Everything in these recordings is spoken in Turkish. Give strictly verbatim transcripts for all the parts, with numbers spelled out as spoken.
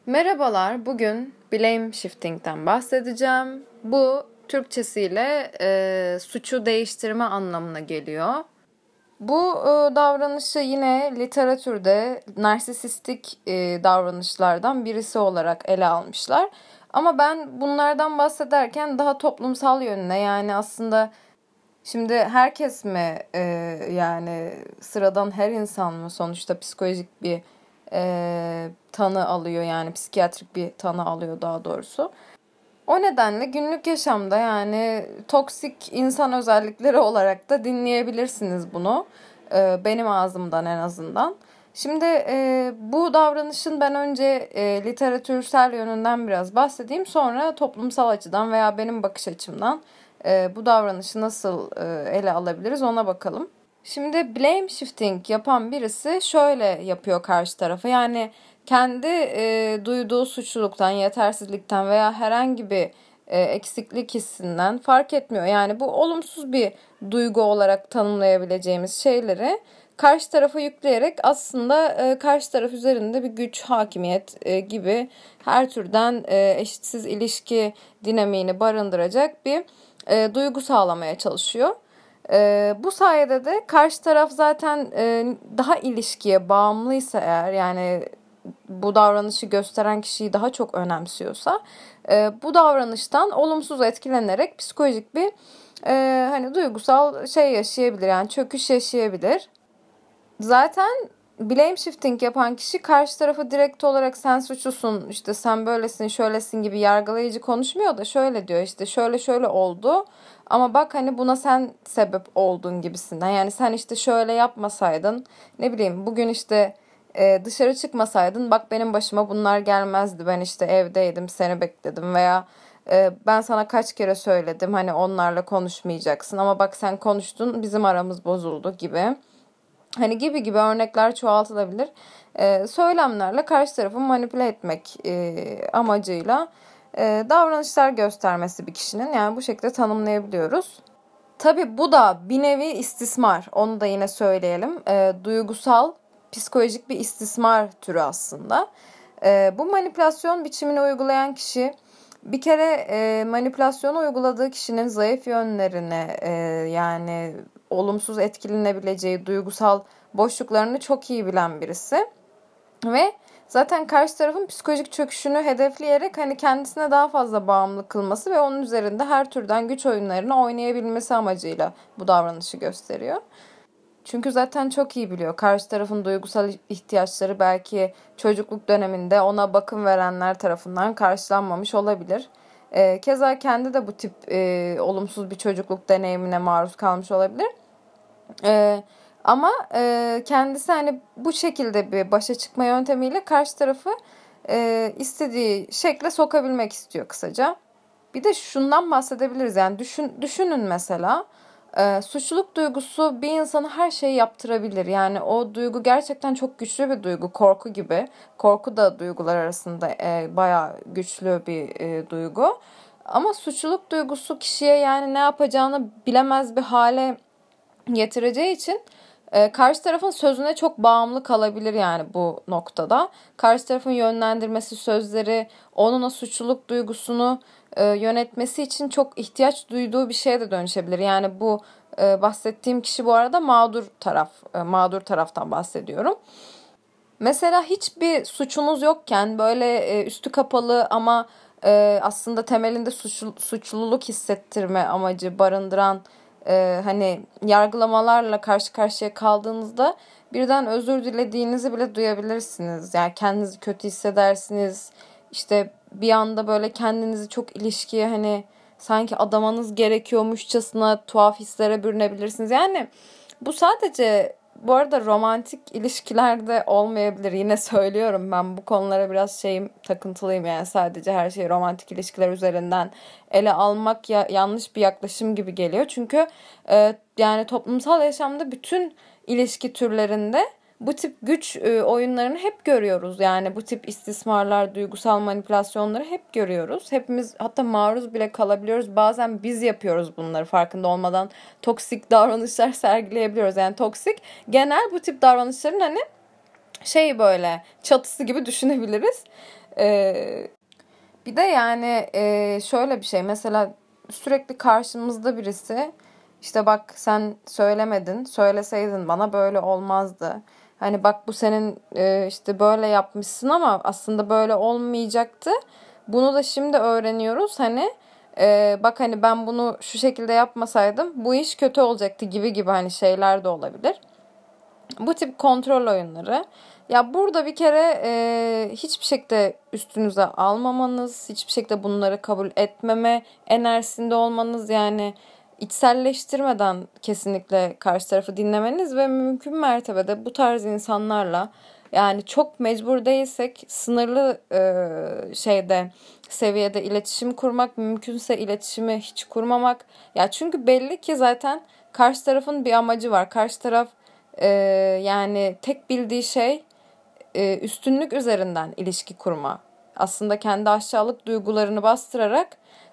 Merhabalar, bugün blame shifting'den bahsedeceğim. Bu Türkçesiyle e, suçu değiştirme anlamına geliyor. Bu e, davranışı yine literatürde narsisistik e, davranışlardan birisi olarak ele almışlar. Ama ben bunlardan bahsederken daha toplumsal yönüne, yani aslında şimdi herkes mi e, yani sıradan her insan mı sonuçta psikolojik bir e, tanı alıyor, yani psikiyatrik bir tanı alıyor daha doğrusu. O nedenle günlük yaşamda yani toksik insan özellikleri olarak da dinleyebilirsiniz bunu. E, benim ağzımdan en azından. Şimdi e, bu davranışın ben önce e, literatürsel yönünden biraz bahsedeyim. Sonra toplumsal açıdan veya benim bakış açımdan e, bu davranışı nasıl e, ele alabiliriz ona bakalım. Şimdi blame shifting yapan birisi şöyle yapıyor karşı tarafa. Yani kendi e, duyduğu suçluluktan, yetersizlikten veya herhangi bir e, eksiklik hissinden fark etmiyor. Yani bu olumsuz bir duygu olarak tanımlayabileceğimiz şeyleri karşı tarafa yükleyerek aslında e, karşı taraf üzerinde bir güç, hakimiyet e, gibi her türden e, eşitsiz ilişki dinamiğini barındıracak bir e, duygu sağlamaya çalışıyor. E, bu sayede de karşı taraf zaten e, daha ilişkiye bağımlıysa eğer, yani bu davranışı gösteren kişiyi daha çok önemsiyorsa e, bu davranıştan olumsuz etkilenerek psikolojik bir e, hani duygusal şey yaşayabilir, yani çöküş yaşayabilir. Zaten blame shifting yapan kişi karşı tarafı direkt olarak sen suçlusun, işte sen böylesin, şöylesin gibi yargılayıcı konuşmuyor da şöyle diyor, işte şöyle şöyle oldu ama bak hani buna sen sebep oldun gibisinden. Yani sen işte şöyle yapmasaydın, ne bileyim bugün işte e, dışarı çıkmasaydın bak benim başıma bunlar gelmezdi. Ben işte evdeydim, seni bekledim veya e, ben sana kaç kere söyledim hani onlarla konuşmayacaksın ama bak sen konuştun, bizim aramız bozuldu gibi. Hani gibi gibi örnekler çoğaltılabilir. Ee, söylemlerle karşı tarafı manipüle etmek e, amacıyla e, davranışlar göstermesi bir kişinin, yani bu şekilde tanımlayabiliyoruz. Tabii bu da bir nevi istismar. Onu da yine söyleyelim. E, duygusal, psikolojik bir istismar türü aslında. E, bu manipülasyon biçimini uygulayan kişi bir kere e, manipülasyonu uyguladığı kişinin zayıf yönlerini e, yani olumsuz etkilenebileceği duygusal boşluklarını çok iyi bilen birisi. Ve zaten karşı tarafın psikolojik çöküşünü hedefleyerek hani kendisine daha fazla bağımlı kılması ve onun üzerinde her türden güç oyunlarını oynayabilmesi amacıyla bu davranışı gösteriyor. Çünkü zaten çok iyi biliyor. Karşı tarafın duygusal ihtiyaçları belki çocukluk döneminde ona bakım verenler tarafından karşılanmamış olabilir. E, keza kendi de bu tip e, olumsuz bir çocukluk deneyimine maruz kalmış olabilir. E, ama e, kendisi hani bu şekilde bir başa çıkma yöntemiyle karşı tarafı e, istediği şekle sokabilmek istiyor kısaca. Bir de şundan bahsedebiliriz, yani düşün, düşünün mesela e, suçluluk duygusu bir insanı her şeyi yaptırabilir. Yani o duygu gerçekten çok güçlü bir duygu, korku gibi. Korku da duygular arasında e, bayağı güçlü bir e, duygu. Ama suçluluk duygusu kişiye yani ne yapacağını bilemez bir hale getireceği için e, karşı tarafın sözüne çok bağımlı kalabilir yani bu noktada. Karşı tarafın yönlendirmesi, sözleri onun o suçluluk duygusunu e, yönetmesi için çok ihtiyaç duyduğu bir şeye de dönüşebilir. Yani bu e, bahsettiğim kişi bu arada mağdur taraf, e, mağdur taraftan bahsediyorum. Mesela hiçbir suçunuz yokken böyle e, üstü kapalı ama e, aslında temelinde suçlu, suçluluk hissettirme amacı barındıran e, hani yargılamalarla karşı karşıya kaldığınızda birden özür dilediğinizi bile duyabilirsiniz. Yani kendinizi kötü hissedersiniz. İşte bir anda böyle kendinizi çok ilişkiye hani sanki adamanız gerekiyormuşçasına tuhaf hislere bürünebilirsiniz. Yani bu sadece bu arada romantik ilişkilerde olmayabilir. Yine söylüyorum, ben bu konulara biraz şeyim, takıntılıyım, yani sadece her şeyi romantik ilişkiler üzerinden ele almak ya, yanlış bir yaklaşım gibi geliyor. Çünkü e, yani toplumsal yaşamda bütün ilişki türlerinde bu tip güç e, oyunlarını hep görüyoruz. Yani bu tip istismarlar, duygusal manipülasyonları hep görüyoruz. Hepimiz hatta maruz bile kalabiliyoruz. Bazen biz yapıyoruz bunları farkında olmadan. Toksik davranışlar sergileyebiliyoruz. Yani toksik genel bu tip davranışların hani şey böyle çatısı gibi düşünebiliriz. Ee, bir de yani e, şöyle bir şey. Mesela sürekli karşımızda birisi işte bak sen söylemedin, söyleseydin bana böyle olmazdı. Hani bak bu senin e, işte böyle yapmışsın ama aslında böyle olmayacaktı. Bunu da şimdi öğreniyoruz. Hani e, bak hani ben bunu şu şekilde yapmasaydım bu iş kötü olacaktı gibi gibi hani şeyler de olabilir. Bu tip kontrol oyunları. Ya burada bir kere e, hiçbir şekilde üstünüze almamanız, hiçbir şekilde bunları kabul etmeme enerjisinde olmanız, yani içselleştirmeden kesinlikle karşı tarafı dinlemeniz ve mümkün mertebede bu tarz insanlarla, yani çok mecbur değilsek sınırlı e, şeyde seviyede iletişim kurmak, mümkünse iletişimi hiç kurmamak. Ya çünkü belli ki zaten karşı tarafın bir amacı var. Karşı taraf ee, yani tek bildiği şey e, üstünlük üzerinden ilişki kurma. Aslında kendi aşağılık duygularını bastırarak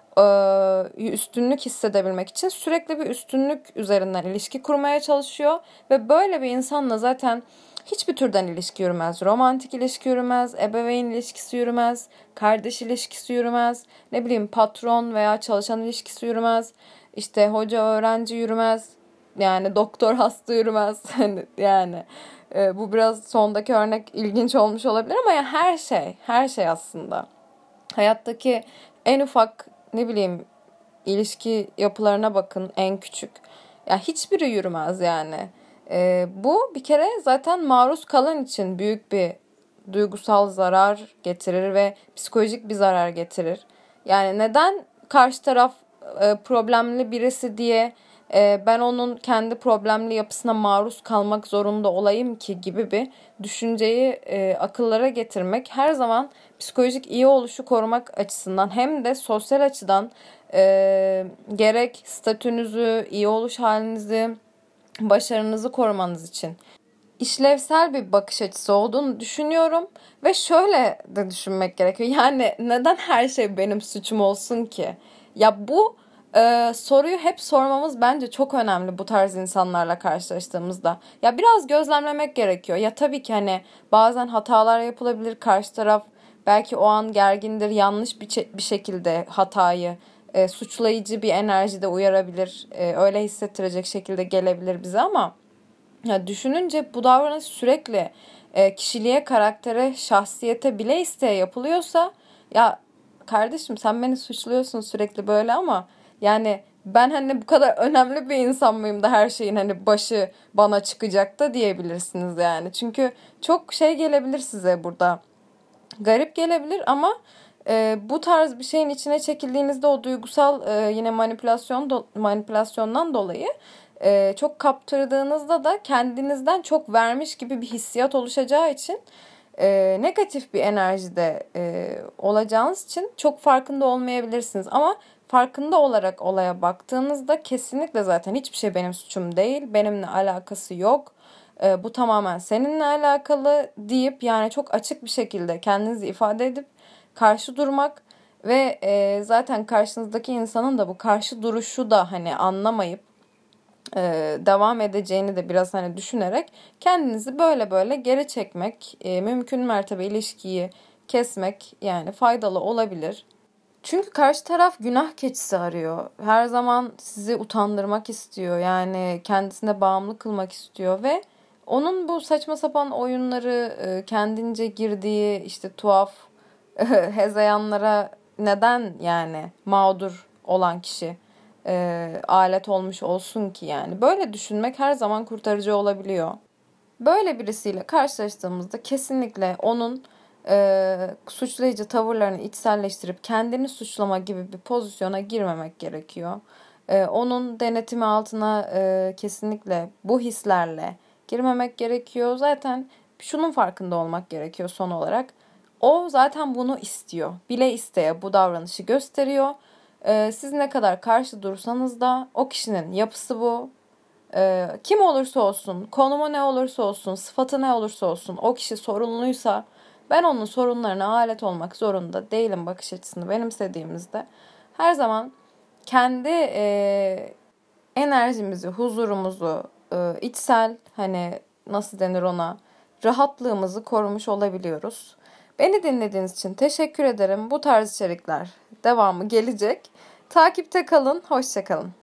e, üstünlük hissedebilmek için sürekli bir üstünlük üzerinden ilişki kurmaya çalışıyor. Ve böyle bir insanla zaten hiçbir türden ilişki yürümez. Romantik ilişki yürümez, ebeveyn ilişkisi yürümez, kardeş ilişkisi yürümez, ne bileyim patron veya çalışan ilişkisi yürümez, işte hoca öğrenci yürümez. Yani doktor hasta yürümez. Yani e, bu biraz sondaki örnek ilginç olmuş olabilir ama ya her şey, her şey aslında. Hayattaki en ufak ne bileyim ilişki yapılarına bakın, en küçük. Ya hiçbiri yürümez yani. E, bu bir kere zaten maruz kalan için büyük bir duygusal zarar getirir ve psikolojik bir zarar getirir. Yani neden karşı taraf e, problemli birisi diye e, ben onun kendi problemli yapısına maruz kalmak zorunda olayım ki gibi bir düşünceyi e, akıllara getirmek her zaman psikolojik iyi oluşu korumak açısından hem de sosyal açıdan e, gerek statünüzü, iyi oluş halinizi, başarınızı korumanız için işlevsel bir bakış açısı olduğunu düşünüyorum ve şöyle de düşünmek gerekiyor. Yani neden her şey benim suçum olsun ki? Ya bu e, soruyu hep sormamız bence çok önemli bu tarz insanlarla karşılaştığımızda. Ya biraz gözlemlemek gerekiyor. Ya tabii ki hani bazen hatalar yapılabilir. Karşı taraf belki o an gergindir, yanlış bir, bir şekilde hatayı e, suçlayıcı bir enerjide uyarabilir. E, öyle hissettirecek şekilde gelebilir bize ama ya düşününce bu davranış sürekli e, kişiliğe, karaktere, şahsiyete bile isteye yapılıyorsa ya kardeşim sen beni suçluyorsun sürekli böyle ama yani ben hani bu kadar önemli bir insan mıyım da her şeyin hani başı bana çıkacak da diyebilirsiniz yani. Çünkü çok şey gelebilir size burada. Garip gelebilir ama e, bu tarz bir şeyin içine çekildiğinizde o duygusal e, yine manipülasyon do, manipülasyondan dolayı e, çok kaptırdığınızda da kendinizden çok vermiş gibi bir hissiyat oluşacağı için e, negatif bir enerjide e, olacağınız için çok farkında olmayabilirsiniz. Ama farkında olarak olaya baktığınızda kesinlikle zaten hiçbir şey benim suçum değil, benimle alakası yok. E, bu tamamen seninle alakalı deyip yani çok açık bir şekilde kendinizi ifade edip karşı durmak ve e, zaten karşınızdaki insanın da bu karşı duruşu da hani anlamayıp e, devam edeceğini de biraz hani düşünerek kendinizi böyle böyle geri çekmek, e, mümkün mertebe ilişkiyi kesmek yani faydalı olabilir. Çünkü karşı taraf günah keçisi arıyor. Her zaman sizi utandırmak istiyor. Yani kendisine bağımlı kılmak istiyor ve onun bu saçma sapan oyunları, e, kendince girdiği işte tuhaf hezeyanlara neden yani mağdur olan kişi e, alet olmuş olsun ki yani. Böyle düşünmek her zaman kurtarıcı olabiliyor. Böyle birisiyle karşılaştığımızda kesinlikle onun e, suçlayıcı tavırlarını içselleştirip kendini suçlama gibi bir pozisyona girmemek gerekiyor. E, onun denetimi altına e, kesinlikle bu hislerle girmemek gerekiyor. Zaten şunun farkında olmak gerekiyor son olarak. O zaten bunu istiyor. Bile isteye bu davranışı gösteriyor. E, siz ne kadar karşı durursanız da o kişinin yapısı bu. Ee, kim olursa olsun, konumu ne olursa olsun, sıfatı ne olursa olsun o kişi sorunluysa ben onun sorunlarına alet olmak zorunda değilim bakış açısını benimsediğimizde her zaman kendi e, enerjimizi, huzurumuzu, e, içsel hani nasıl denir ona rahatlığımızı korumuş olabiliyoruz. Beni dinlediğiniz için teşekkür ederim. Bu tarz içerikler devamı gelecek. Takipte kalın, hoşça kalın.